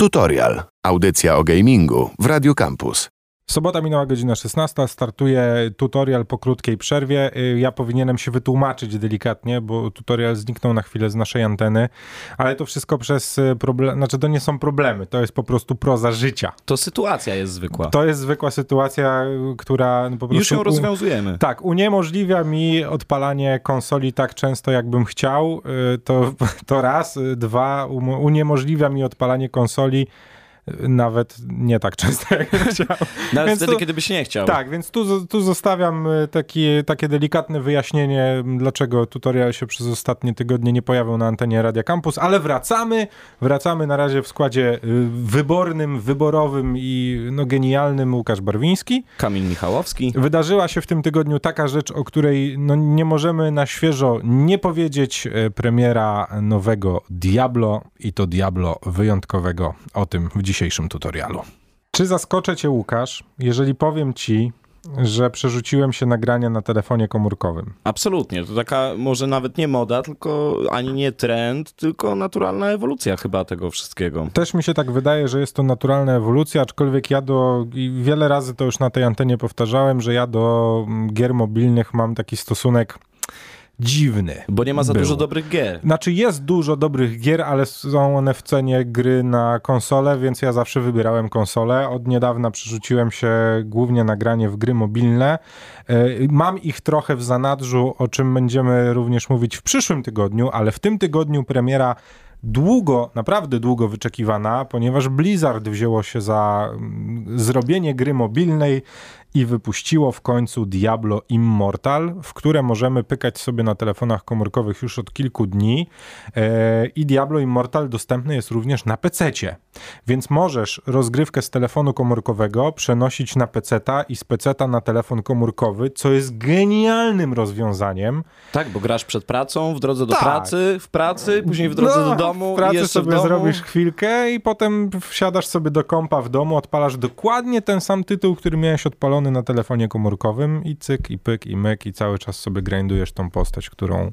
Tutorial. Audycja o gamingu w Radiu Campus. Sobota minęła godzina 16, startuje tutorial po krótkiej przerwie. Ja powinienem się wytłumaczyć delikatnie, bo tutorial zniknął na chwilę z naszej anteny, ale to wszystko przez problemy, znaczy to nie są problemy, to jest po prostu proza życia. To sytuacja jest zwykła. To jest zwykła sytuacja, która po prostu... Już ją rozwiązujemy. Tak, uniemożliwia mi odpalanie konsoli tak często, jakbym chciał. To raz. Dwa, uniemożliwia mi odpalanie konsoli nawet nie tak często, jak chciał. Nawet więc wtedy, kiedy byś nie chciał. Tak, więc tu zostawiam takie delikatne wyjaśnienie, dlaczego tutorial się przez ostatnie tygodnie nie pojawił na antenie Radia Campus, ale wracamy na razie w składzie wyborowym i genialnym Łukasz Barwiński. Kamil Michałowski. Wydarzyła się w tym tygodniu taka rzecz, o której nie możemy na świeżo nie powiedzieć. Premiera nowego Diablo i to Diablo wyjątkowego. O tym w dzisiejszym tutorialu. Czy zaskoczę cię, Łukasz, jeżeli powiem ci, że przerzuciłem się nagrania na telefonie komórkowym? Absolutnie. To taka może nawet nie moda, tylko ani nie trend, tylko naturalna ewolucja chyba tego wszystkiego. Też mi się tak wydaje, że jest to naturalna ewolucja, aczkolwiek i wiele razy to już na tej antenie powtarzałem, że ja do gier mobilnych mam taki stosunek dziwny. Bo nie ma za dużo dobrych gier. Znaczy jest dużo dobrych gier, ale są one w cenie gry na konsolę, więc ja zawsze wybierałem konsolę. Od niedawna przerzuciłem się głównie na granie w gry mobilne. Mam ich trochę w zanadrzu, o czym będziemy również mówić w przyszłym tygodniu, ale w tym tygodniu premiera naprawdę długo wyczekiwana, ponieważ Blizzard wzięło się za zrobienie gry mobilnej i wypuściło w końcu Diablo Immortal, w które możemy pykać sobie na telefonach komórkowych już od kilku dni. I Diablo Immortal dostępny jest również na PC-cie. Więc możesz rozgrywkę z telefonu komórkowego przenosić na PC-ta i z PC-ta na telefon komórkowy, co jest genialnym rozwiązaniem. Tak, bo grasz przed pracą, w drodze do pracy, w pracy, później w drodze do domu. W pracy i jeszcze sobie w domu zrobisz chwilkę i potem wsiadasz sobie do kompa w domu, odpalasz dokładnie ten sam tytuł, który miałeś odpalony na telefonie komórkowym i cyk, i pyk, i myk i cały czas sobie grindujesz tą postać,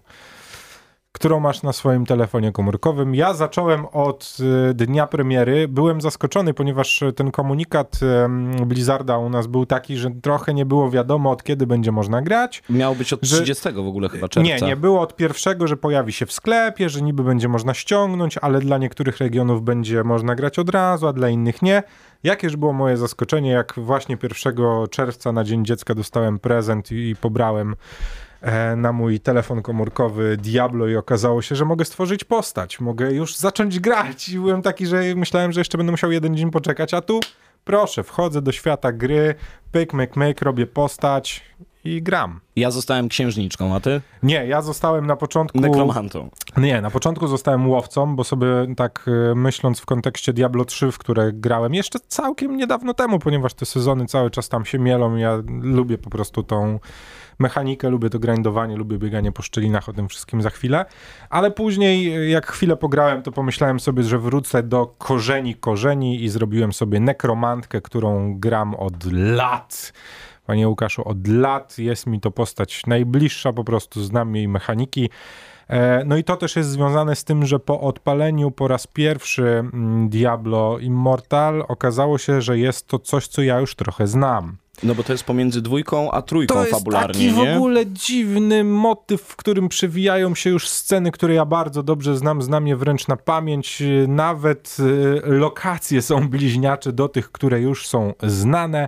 którą masz na swoim telefonie komórkowym. Ja zacząłem od dnia premiery. Byłem zaskoczony, ponieważ ten komunikat Blizzarda u nas był taki, że trochę nie było wiadomo, od kiedy będzie można grać. Miał być od 30 w ogóle chyba czerwca. Nie było od 1, że pojawi się w sklepie, że niby będzie można ściągnąć, ale dla niektórych regionów będzie można grać od razu, a dla innych nie. Jakież było moje zaskoczenie, jak właśnie 1 czerwca na Dzień Dziecka dostałem prezent i pobrałem na mój telefon komórkowy Diablo i okazało się, że mogę stworzyć postać, mogę już zacząć grać i byłem taki, że myślałem, że jeszcze będę musiał 1 dzień poczekać, a tu proszę, wchodzę do świata gry, pyk, myk, robię postać i gram. Ja zostałem księżniczką, a ty? Nie, ja zostałem na początku... Nekromantą. Nie, na początku zostałem łowcą, bo sobie tak myśląc w kontekście Diablo 3, w które grałem jeszcze całkiem niedawno temu, ponieważ te sezony cały czas tam się mielą, ja lubię po prostu tą mechanikę, lubię to grindowanie, lubię bieganie po szczelinach, o tym wszystkim za chwilę, ale później jak chwilę pograłem, to pomyślałem sobie, że wrócę do korzeni i zrobiłem sobie nekromantkę, którą gram od lat. Panie Łukaszu, od lat jest mi to postać najbliższa, po prostu znam jej mechaniki. No i to też jest związane z tym, że po odpaleniu po raz pierwszy Diablo Immortal okazało się, że jest to coś, co ja już trochę znam. No bo to jest pomiędzy 2 a 3 fabularnie, nie? To jest taki w ogóle dziwny motyw, w którym przewijają się już sceny, które ja bardzo dobrze znam je wręcz na pamięć. Nawet lokacje są bliźniacze do tych, które już są znane.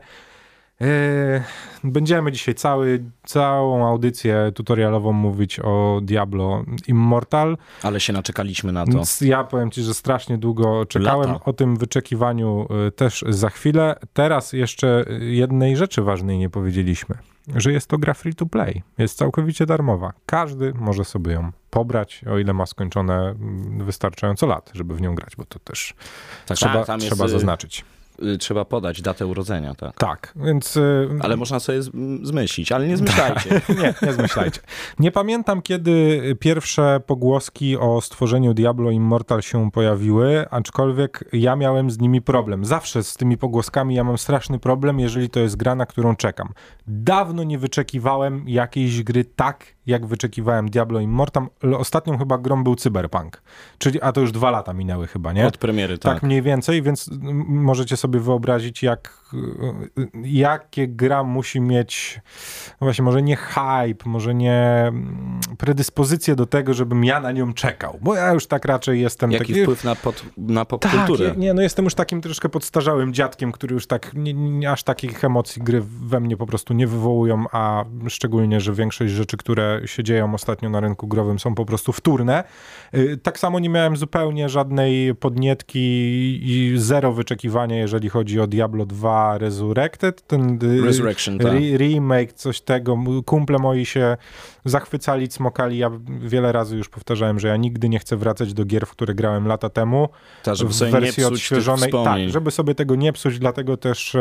Będziemy dzisiaj całą audycję tutorialową mówić o Diablo Immortal. Ale się naczekaliśmy na to. Ja powiem ci, że strasznie długo czekałem. Lata. O tym wyczekiwaniu też za chwilę. Teraz jeszcze jednej rzeczy ważnej nie powiedzieliśmy. Że jest to gra free to play. Jest całkowicie darmowa. Każdy może sobie ją pobrać, o ile ma skończone wystarczająco lat, żeby w nią grać, bo to też trzeba zaznaczyć. trzeba podać datę urodzenia, tak. Tak, więc... Ale można sobie zmyślić, ale nie zmyślajcie. Nie zmyślajcie. Nie pamiętam, kiedy pierwsze pogłoski o stworzeniu Diablo Immortal się pojawiły, aczkolwiek ja miałem z nimi problem. Zawsze z tymi pogłoskami ja mam straszny problem, jeżeli to jest gra, na którą czekam. Dawno nie wyczekiwałem jakiejś gry tak, jak wyczekiwałem Diablo Immortal. Ostatnią chyba grą był Cyberpunk. A to już 2 lata minęły chyba, nie? Od premiery, tak. Tak mniej więcej, więc możecie sobie wyobrazić, jakie gra musi mieć, no właśnie, może nie hype, może nie predyspozycję do tego, żebym ja na nią czekał, bo ja już tak raczej jestem... Jaki wpływ na popkulturę? Tak, no jestem już takim troszkę podstarzałym dziadkiem, który już tak, aż takich emocji gry we mnie po prostu nie wywołują, a szczególnie, że większość rzeczy, które się dzieją ostatnio na rynku growym, są po prostu wtórne. Tak samo nie miałem zupełnie żadnej podnietki i zero wyczekiwania, jeżeli chodzi o Diablo 2 Resurrected. Resurrection, tak. Remake, coś tego. Kumple moi się zachwycali, cmokali. Ja wiele razy już powtarzałem, że ja nigdy nie chcę wracać do gier, w które grałem lata temu. Żeby sobie w wersji nie psuć odświeżonej. Tak, żeby sobie tego nie psuć, dlatego też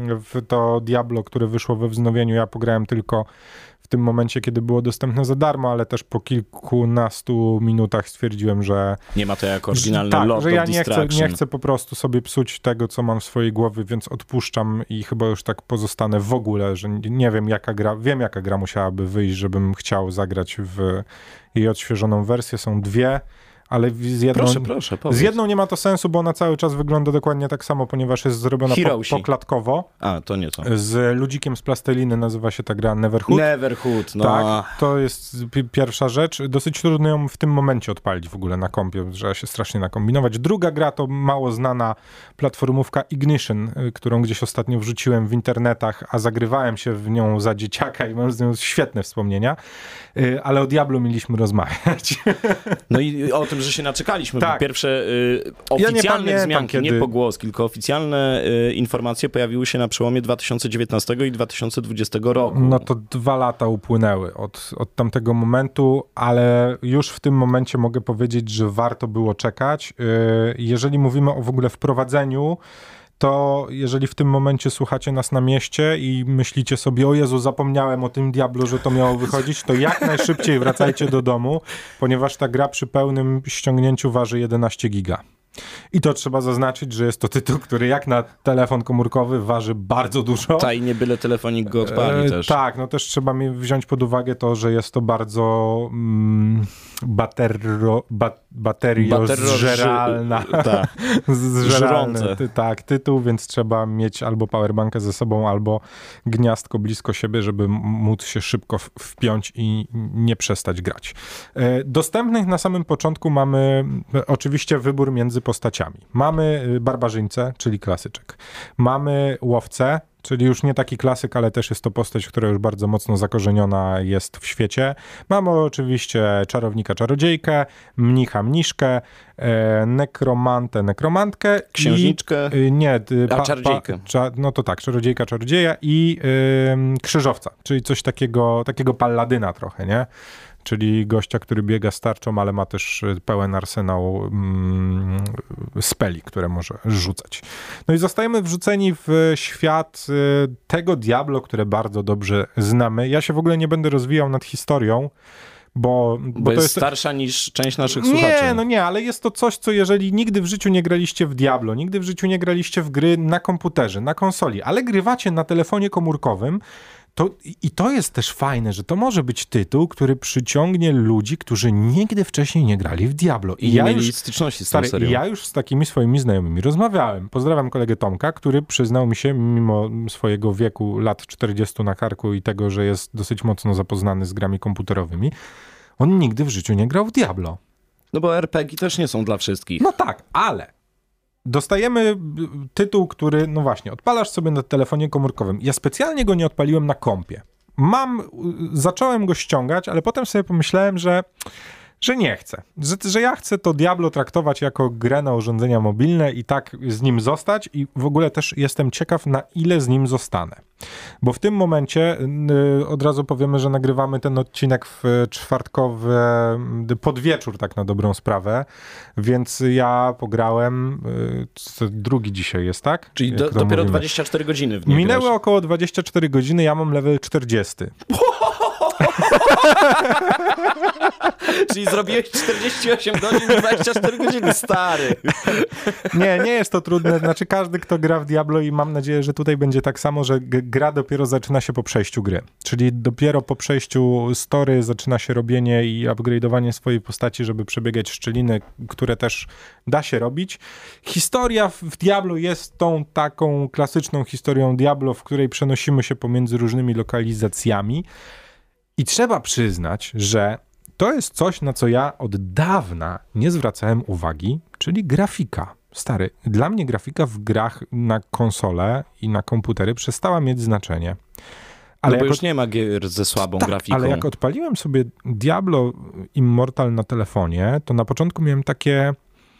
w to Diablo, które wyszło we wznowieniu, ja pograłem tylko w tym momencie, kiedy było dostępne za darmo, ale też po kilkunastu minutach stwierdziłem, że... Nie ma to jak oryginalny Lord że ja of nie chcę po prostu sobie psuć tego, co mam w swojej głowie, więc odpuszczam i chyba już tak pozostanę w ogóle, że nie wiem, wiem, jaka gra musiałaby wyjść, żebym chciał zagrać w jej odświeżoną wersję. Są 2. Ale proszę, z jedną nie ma to sensu, bo ona cały czas wygląda dokładnie tak samo, ponieważ jest zrobiona poklatkowo. A, to nie to. Z ludzikiem z plasteliny, nazywa się ta gra Neverhood. Neverhood, no. Tak, to jest pierwsza rzecz. Dosyć trudno ją w tym momencie odpalić w ogóle na kompie, trzeba się strasznie nakombinować. Druga gra to mało znana platformówka Ignition, którą gdzieś ostatnio wrzuciłem w internetach, a zagrywałem się w nią za dzieciaka i mam z nią świetne wspomnienia. Ale o Diablo mieliśmy rozmawiać. No i o tym, że się naczekaliśmy, tak. Bo pierwsze oficjalne wzmianki, nie pogłoski, tylko oficjalne informacje pojawiły się na przełomie 2019 i 2020 roku. No to 2 lata upłynęły od tamtego momentu, ale już w tym momencie mogę powiedzieć, że warto było czekać. Jeżeli mówimy o w ogóle wprowadzeniu, to jeżeli w tym momencie słuchacie nas na mieście i myślicie sobie, o Jezu, zapomniałem o tym Diablo, że to miało wychodzić, to jak najszybciej wracajcie do domu, ponieważ ta gra przy pełnym ściągnięciu waży 11 giga. I to trzeba zaznaczyć, że jest to tytuł, który jak na telefon komórkowy waży bardzo dużo. Tak, i nie byle telefonik go odpali też. Tak, no też trzeba wziąć pod uwagę to, że jest to bardzo bateriozżeralna. Zżeralny tytuł, więc trzeba mieć albo powerbankę ze sobą, albo gniazdko blisko siebie, żeby móc się szybko wpiąć i nie przestać grać. Dostępnych na samym początku mamy oczywiście wybór między postaciami. Mamy barbarzyńcę, czyli klasyczek. Mamy łowcę, czyli już nie taki klasyk, ale też jest to postać, która już bardzo mocno zakorzeniona jest w świecie. Mamy oczywiście czarownika, czarodziejkę, mnicha, mniszkę, nekromantę, nekromantkę. Księżniczkę. Czarodziejkę. No to tak, czarodziejka, czarodzieja i krzyżowca, czyli coś takiego palladyna trochę, nie? Czyli gościa, który biega z tarczą, ale ma też pełen arsenał speli, które może rzucać. No i zostajemy wrzuceni w świat tego Diablo, które bardzo dobrze znamy. Ja się w ogóle nie będę rozwijał nad historią, bo to jest starsza niż część naszych słuchaczy. Nie, ale jest to coś, co jeżeli nigdy w życiu nie graliście w Diablo, nigdy w życiu nie graliście w gry na komputerze, na konsoli, ale grywacie na telefonie komórkowym, to jest też fajne, że to może być tytuł, który przyciągnie ludzi, którzy nigdy wcześniej nie grali w Diablo. I nie mieli styczności z tą serią. Ja już z takimi swoimi znajomymi rozmawiałem. Pozdrawiam kolegę Tomka, który przyznał mi się, mimo swojego wieku, lat 40 na karku i tego, że jest dosyć mocno zapoznany z grami komputerowymi, on nigdy w życiu nie grał w Diablo. No bo RPG też nie są dla wszystkich. No tak, ale dostajemy tytuł, który, no właśnie, odpalasz sobie na telefonie komórkowym. Ja specjalnie go nie odpaliłem na kompie. Zacząłem go ściągać, ale potem sobie pomyślałem, że że nie chcę. Że ja chcę to Diablo traktować jako grę na urządzenia mobilne i tak z nim zostać i w ogóle też jestem ciekaw, na ile z nim zostanę. Bo w tym momencie od razu powiemy, że nagrywamy ten odcinek w czwartkowy podwieczór, tak na dobrą sprawę, więc ja pograłem, drugi dzisiaj jest, tak? Czyli dopiero 24 godziny w niej Minęły grasz. około 24 godziny, ja mam level 40. Czyli zrobiłeś 48 godzin i 24 godziny, stary. Nie jest to trudne. Znaczy każdy, kto gra w Diablo i mam nadzieję, że tutaj będzie tak samo, że gra dopiero zaczyna się po przejściu gry. Czyli dopiero po przejściu story zaczyna się robienie i upgrade'owanie swojej postaci, żeby przebiegać szczeliny, które też da się robić. Historia w Diablo jest tą taką klasyczną historią Diablo, w której przenosimy się pomiędzy różnymi lokalizacjami. I trzeba przyznać, że to jest coś, na co ja od dawna nie zwracałem uwagi, czyli grafika. Stary, dla mnie grafika w grach na konsole i na komputery przestała mieć znaczenie. Ale bo już nie ma gier ze słabą grafiką. Ale jak odpaliłem sobie Diablo Immortal na telefonie, to na początku miałem takie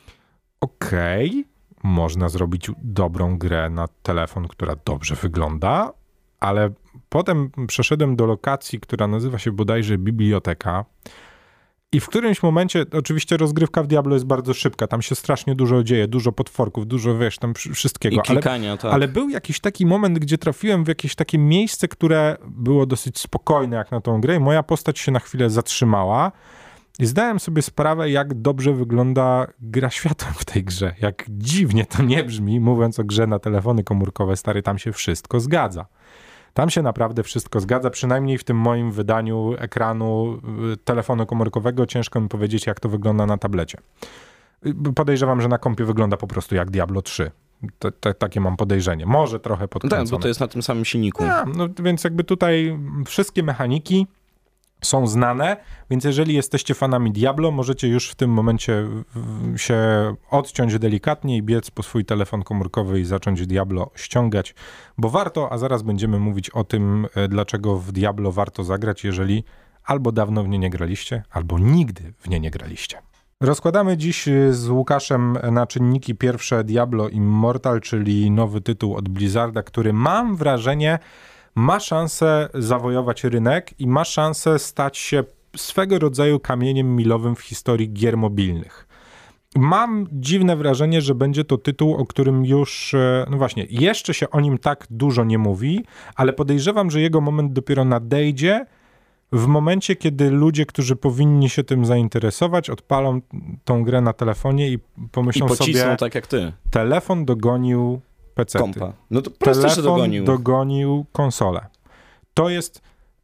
można zrobić dobrą grę na telefon, która dobrze wygląda, ale potem przeszedłem do lokacji, która nazywa się bodajże Biblioteka i w którymś momencie, oczywiście rozgrywka w Diablo jest bardzo szybka, tam się strasznie dużo dzieje, dużo potworków, dużo tam wszystkiego. I klikania, tak. Ale był jakiś taki moment, gdzie trafiłem w jakieś takie miejsce, które było dosyć spokojne jak na tą grę i moja postać się na chwilę zatrzymała i zdałem sobie sprawę, jak dobrze wygląda gra światłem w tej grze. Jak dziwnie to nie brzmi, mówiąc o grze na telefony komórkowe, stary, tam się wszystko zgadza. Tam się naprawdę wszystko zgadza, przynajmniej w tym moim wydaniu ekranu telefonu komórkowego. Ciężko mi powiedzieć, jak to wygląda na tablecie. Podejrzewam, że na kompie wygląda po prostu jak Diablo 3. Takie mam podejrzenie. Może trochę podkręcone. Tak, bo to jest na tym samym silniku. No, więc jakby tutaj wszystkie mechaniki są znane, więc jeżeli jesteście fanami Diablo, możecie już w tym momencie się odciąć delikatnie i biec po swój telefon komórkowy i zacząć Diablo ściągać, bo warto, a zaraz będziemy mówić o tym, dlaczego w Diablo warto zagrać, jeżeli albo dawno w nie nie graliście, albo nigdy w nie nie graliście. Rozkładamy dziś z Łukaszem na czynniki pierwsze Diablo Immortal, czyli nowy tytuł od Blizzarda, który mam wrażenie ma szansę zawojować rynek i ma szansę stać się swego rodzaju kamieniem milowym w historii gier mobilnych. Mam dziwne wrażenie, że będzie to tytuł, o którym już, no właśnie, jeszcze się o nim tak dużo nie mówi, ale podejrzewam, że jego moment dopiero nadejdzie w momencie, kiedy ludzie, którzy powinni się tym zainteresować, odpalą tą grę na telefonie i pomyślą I pocisną sobie, tak jak ty. Telefon dogonił PC-ty. Kompa. No to proste, że dogonił konsolę. To jest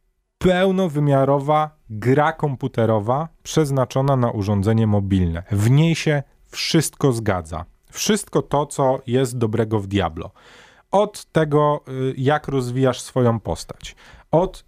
pełnowymiarowa gra komputerowa przeznaczona na urządzenie mobilne. W niej się wszystko zgadza. Wszystko to, co jest dobrego w Diablo. Od tego, jak rozwijasz swoją postać. Od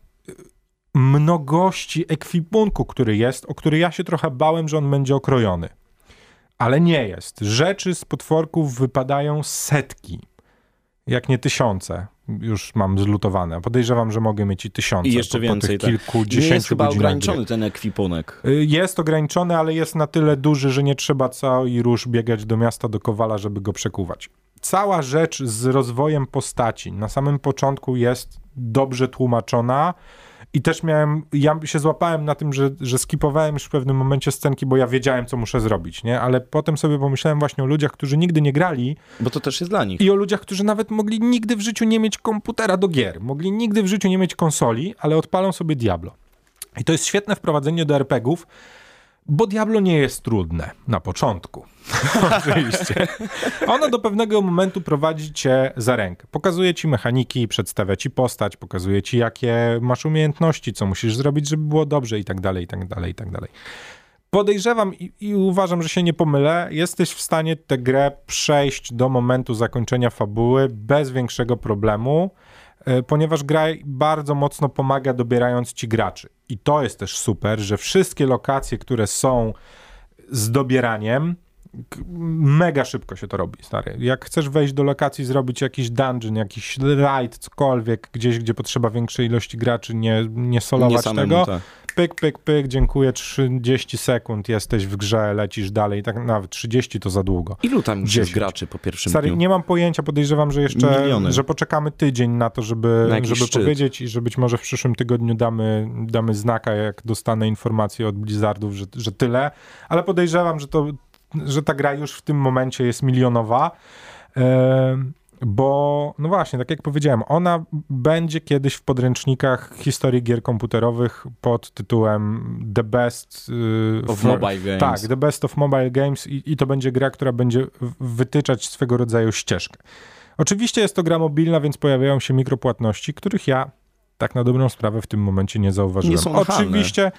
mnogości ekwipunku, który jest, o który ja się trochę bałem, że on będzie okrojony. Ale nie jest. Rzeczy z potworków wypadają setki. Jak nie tysiące. Już mam zlutowane. Podejrzewam, że mogę mieć i tysiące. I jeszcze więcej. Po tych kilkudziesięciu nie jest chyba ograniczony gry. ten ekwipunek. Jest ograniczony, ale jest na tyle duży, że nie trzeba cały róż biegać do miasta, do Kowala, żeby go przekuwać. Cała rzecz z rozwojem postaci na samym początku jest dobrze tłumaczona. I też ja się złapałem na tym, że skipowałem już w pewnym momencie scenki, bo ja wiedziałem, co muszę zrobić, nie? Ale potem sobie pomyślałem właśnie o ludziach, którzy nigdy nie grali. Bo to też jest dla nich. I o ludziach, którzy nawet mogli nigdy w życiu nie mieć komputera do gier. Mogli nigdy w życiu nie mieć konsoli, ale odpalą sobie Diablo. I to jest świetne wprowadzenie do RPG-ów, bo Diablo nie jest trudne na początku. Oczywiście. Ono do pewnego momentu prowadzi cię za rękę. Pokazuje ci mechaniki, przedstawia ci postać, pokazuje ci, jakie masz umiejętności, co musisz zrobić, żeby było dobrze i tak dalej, i tak dalej, i tak dalej. Podejrzewam i uważam, że się nie pomylę, jesteś w stanie tę grę przejść do momentu zakończenia fabuły bez większego problemu, ponieważ gra bardzo mocno pomaga, dobierając ci graczy. I to jest też super, że wszystkie lokacje, które są z dobieraniem, mega szybko się to robi, stary. Jak chcesz wejść do lokacji, zrobić jakiś dungeon, jakiś raid, cokolwiek, gdzieś, gdzie potrzeba większej ilości graczy, nie solować samemu, tego, tak. pyk, dziękuję, 30 sekund, jesteś w grze, lecisz dalej, tak nawet 30 to za długo. Ilu tam już jest graczy po pierwszym dniu? Nie mam pojęcia, podejrzewam, że jeszcze, że poczekamy tydzień na to, żeby powiedzieć i że być może w przyszłym tygodniu damy znaka, jak dostanę informację od Blizzardów, że tyle, ale podejrzewam, że ta gra już w tym momencie jest milionowa, bo, no właśnie, tak jak powiedziałem, ona będzie kiedyś w podręcznikach historii gier komputerowych pod tytułem The Best of Mobile Games. Tak, The Best of Mobile Games i to będzie gra, która będzie wytyczać swego rodzaju ścieżkę. Oczywiście jest to gra mobilna, więc pojawiają się mikropłatności, których ja tak na dobrą sprawę w tym momencie nie zauważyłem. Nie są nachalne. Oczywiście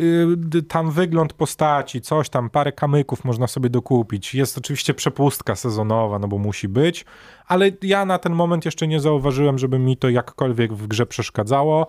tam wygląd postaci, coś tam, parę kamyków można sobie dokupić. Jest oczywiście przepustka sezonowa, no bo musi być, ale ja na ten moment jeszcze nie zauważyłem, żeby mi to jakkolwiek w grze przeszkadzało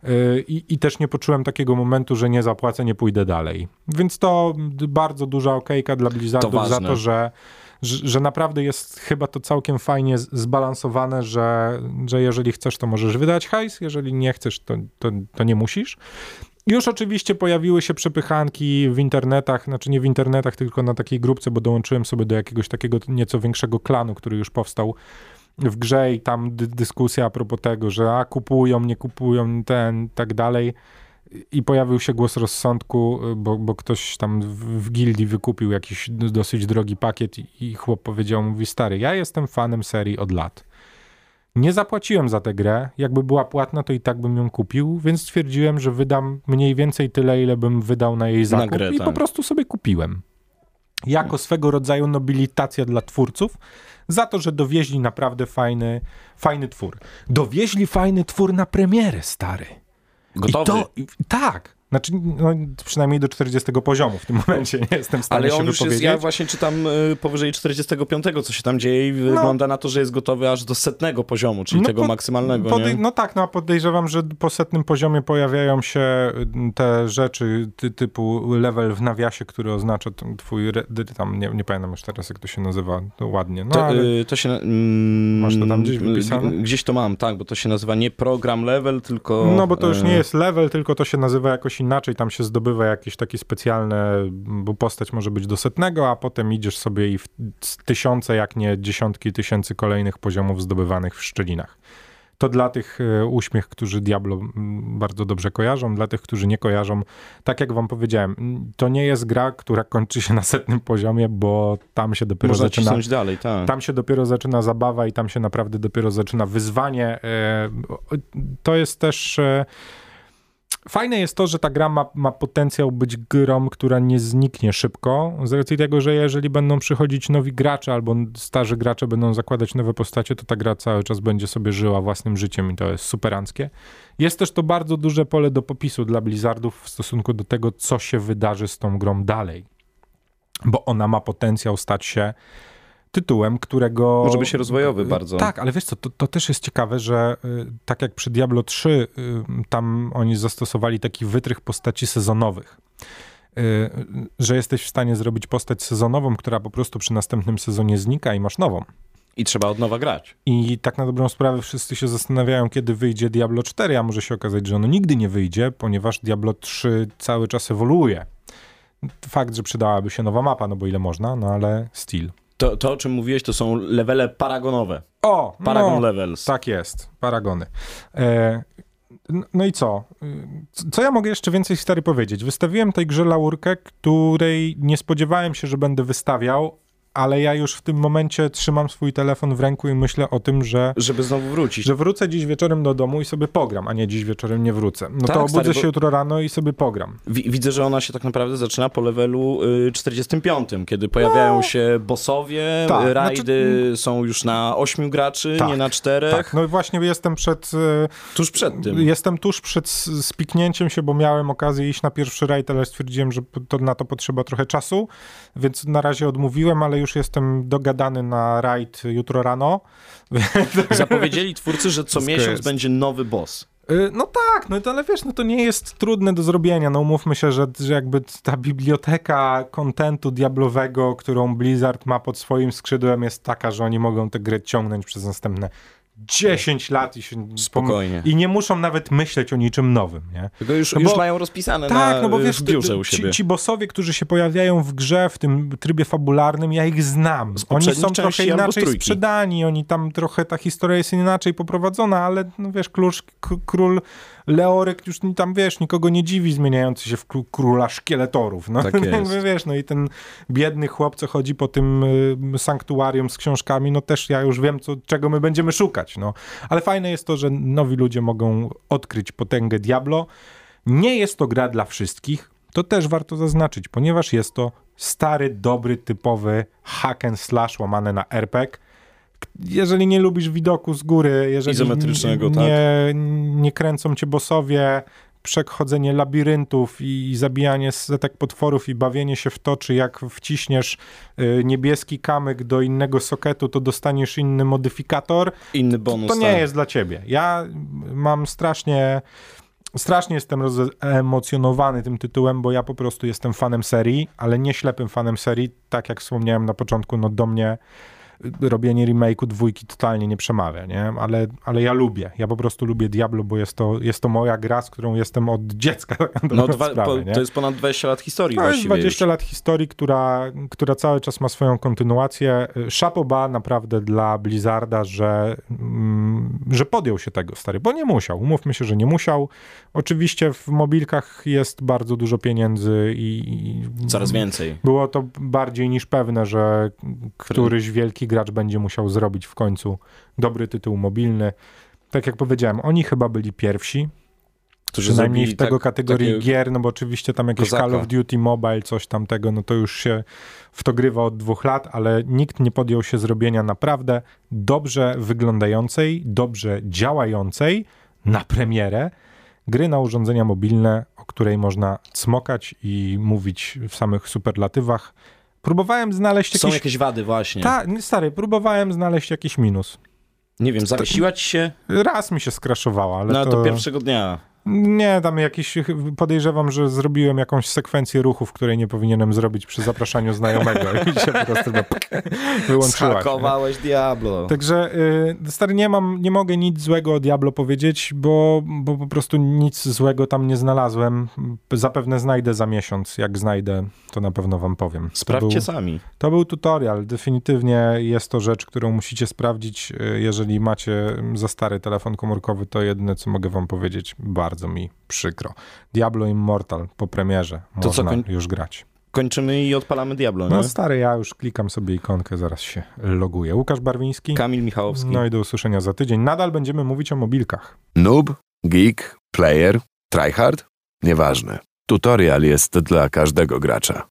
i też nie poczułem takiego momentu, że nie zapłacę, nie pójdę dalej. Więc to bardzo duża okejka dla Blizzardów za to, że naprawdę jest chyba to całkiem fajnie zbalansowane, że jeżeli chcesz, to możesz wydać hajs, jeżeli nie chcesz, to nie musisz. Już oczywiście pojawiły się przepychanki w internetach, znaczy nie w internetach, tylko na takiej grupce, bo dołączyłem sobie do jakiegoś takiego nieco większego klanu, który już powstał w grze i tam dyskusja a propos tego, że kupują, nie kupują, tak dalej. I pojawił się głos rozsądku, bo ktoś tam w gildii wykupił jakiś dosyć drogi pakiet i chłop powiedział, mówi, stary, ja jestem fanem serii od lat. Nie zapłaciłem za tę grę, jakby była płatna, to i tak bym ją kupił, więc stwierdziłem, że wydam mniej więcej tyle, ile bym wydał na jej zakup i po prostu sobie kupiłem. Jako swego rodzaju nobilitacja dla twórców, za to, że dowieźli naprawdę fajny twór. Dowieźli fajny twór na premierę, stary. Gotowy? Tak. Znaczy, no, przynajmniej do 40 poziomu w tym momencie nie jestem w stanie się wypowiedzieć. Jest, ja właśnie czytam powyżej 45, co się tam dzieje i wygląda na to, że jest gotowy aż do 100 poziomu, czyli tego maksymalnego. No tak, no a podejrzewam, że po 100 poziomie pojawiają się te rzeczy typu level w nawiasie, który oznacza twój, tam nie pamiętam już teraz, jak to się nazywa, to ładnie. No, to się... masz to tam gdzieś wypisane? Gdzieś to mam, tak, bo to się nazywa nie program level, tylko... No bo to już nie jest level, tylko to się nazywa jakoś inaczej, tam się zdobywa jakieś takie specjalne, bo postać może być do 100, a potem idziesz sobie i w tysiące, jak nie dziesiątki tysięcy kolejnych poziomów zdobywanych w szczelinach. To dla tych uśmiech, którzy Diablo bardzo dobrze kojarzą, dla tych, którzy nie kojarzą, tak jak wam powiedziałem, to nie jest gra, która kończy się na 100 poziomie, bo tam się dopiero zaczyna... dalej, tak. Tam się dopiero zaczyna zabawa i tam się naprawdę dopiero zaczyna wyzwanie. To jest też... Fajne jest to, że ta gra ma potencjał być grą, która nie zniknie szybko, z racji tego, że jeżeli będą przychodzić nowi gracze albo starzy gracze będą zakładać nowe postacie, to ta gra cały czas będzie sobie żyła własnym życiem i to jest superanckie. Jest też to bardzo duże pole do popisu dla Blizzardów w stosunku do tego, co się wydarzy z tą grą dalej, bo ona ma potencjał stać się tytułem, którego... Może być rozwojowy bardzo. Tak, ale wiesz co, to też jest ciekawe, że tak jak przy Diablo 3, tam oni zastosowali taki wytrych postaci sezonowych. Że jesteś w stanie zrobić postać sezonową, która po prostu przy następnym sezonie znika i masz nową. I trzeba od nowa grać. I tak na dobrą sprawę wszyscy się zastanawiają, kiedy wyjdzie Diablo 4, a może się okazać, że ono nigdy nie wyjdzie, ponieważ Diablo 3 cały czas ewoluuje. Fakt, że przydałaby się nowa mapa, no bo ile można, no ale still. To, o czym mówiłeś, to są levele paragonowe. Paragon levels. Tak jest, paragony. No i co? Co ja mogę jeszcze więcej historii powiedzieć? Wystawiłem tej grze laurkę, której nie spodziewałem się, że będę wystawiał, ale ja już w tym momencie trzymam swój telefon w ręku i myślę o tym, że... Żeby znowu wrócić. Że wrócę dziś wieczorem do domu i sobie pogram, a nie dziś wieczorem nie wrócę. No tak, to obudzę się jutro rano i sobie pogram. Widzę, że ona się tak naprawdę zaczyna po levelu 45, kiedy pojawiają się bossowie, rajdy są już na 8 graczy, nie na 4. Tak, no i właśnie jestem tuż przed tym. Jestem tuż przed spiknięciem się, bo miałem okazję iść na pierwszy rajd, ale stwierdziłem, że na to potrzeba trochę czasu, więc na razie odmówiłem, ale już jestem dogadany na rajd jutro rano. Zapowiedzieli twórcy, że co miesiąc będzie nowy boss. No tak, no ale wiesz, no to nie jest trudne do zrobienia. No umówmy się, że jakby ta biblioteka kontentu diablowego, którą Blizzard ma pod swoim skrzydłem, jest taka, że oni mogą tę grę ciągnąć przez następne 10 lat i się spokojnie. I nie muszą nawet myśleć o niczym nowym, nie? Tylko już mają rozpisane w biurze u siebie. Ci bossowie, którzy się pojawiają w grze w tym trybie fabularnym, ja ich znam. Oni są trochę inaczej sprzedani, oni tam trochę, ta historia jest inaczej poprowadzona, ale no wiesz, król Leoryk już tam, wiesz, nikogo nie dziwi zmieniający się w króla szkieletorów. No. Tak jest. Wiesz, no i ten biedny chłop, co chodzi po tym sanktuarium z książkami, no też ja już wiem, czego my będziemy szukać. No. Ale fajne jest to, że nowi ludzie mogą odkryć potęgę Diablo. Nie jest to gra dla wszystkich, to też warto zaznaczyć, ponieważ jest to stary, dobry, typowy hack and slash łamane na RPG. Jeżeli nie lubisz widoku z góry, jeżeli izometrycznego, nie kręcą cię bossowie, przechodzenie labiryntów i zabijanie setek potworów i bawienie się w to, czy jak wciśniesz niebieski kamyk do innego soketu, to dostaniesz inny modyfikator. Inny bonus. To nie jest dla ciebie. Ja mam strasznie jestem rozemocjonowany tym tytułem, bo ja po prostu jestem fanem serii, ale nie ślepym fanem serii. Tak jak wspomniałem na początku, no do mnie robienie remake'u 2 totalnie nie przemawia, nie? Ale ja lubię. Ja po prostu lubię Diablo, bo jest to moja gra, z którą jestem od dziecka. To jest ponad 20 lat historii właściwie. To jest 20 już. lat historii, która cały czas ma swoją kontynuację. Chapeau bas naprawdę dla Blizzarda, że podjął się tego, stary, bo nie musiał. Umówmy się, że nie musiał. Oczywiście w mobilkach jest bardzo dużo pieniędzy i coraz więcej. Było to bardziej niż pewne, że któryś wielki gracz będzie musiał zrobić w końcu dobry tytuł mobilny. Tak jak powiedziałem, oni chyba byli pierwsi, przynajmniej w tego kategorii gier, no bo oczywiście tam jakieś Call of Duty Mobile, coś tamtego, no to już się w to grywa od 2 lat, ale nikt nie podjął się zrobienia naprawdę dobrze wyglądającej, dobrze działającej na premierę gry na urządzenia mobilne, o której można cmokać i mówić w samych superlatywach. Próbowałem znaleźć Są jakieś wady właśnie. Tak, stary, próbowałem znaleźć jakiś minus. Nie wiem, zawiesiła ci się? Raz mi się skraszowała, ale no to pierwszego dnia. Nie, tam podejrzewam, że zrobiłem jakąś sekwencję ruchów, której nie powinienem zrobić przy zapraszaniu znajomego i się po prostu wyłączyła. Zhakowałeś Diablo. Także stary, nie mogę nic złego o Diablo powiedzieć, bo po prostu nic złego tam nie znalazłem. Zapewne znajdę za miesiąc. Jak znajdę, to na pewno wam powiem. Sprawdźcie sami. To był tutorial. Definitywnie jest to rzecz, którą musicie sprawdzić. Jeżeli macie za stary telefon komórkowy, to jedyne, co mogę wam powiedzieć, bardzo mi przykro. Diablo Immortal po premierze można już grać. Kończymy i odpalamy Diablo, nie? No stary, ja już klikam sobie ikonkę, zaraz się loguję. Łukasz Barwiński. Kamil Michałowski. No i do usłyszenia za tydzień. Nadal będziemy mówić o mobilkach. Noob, geek, player, tryhard? Nieważne. Tutorial jest dla każdego gracza.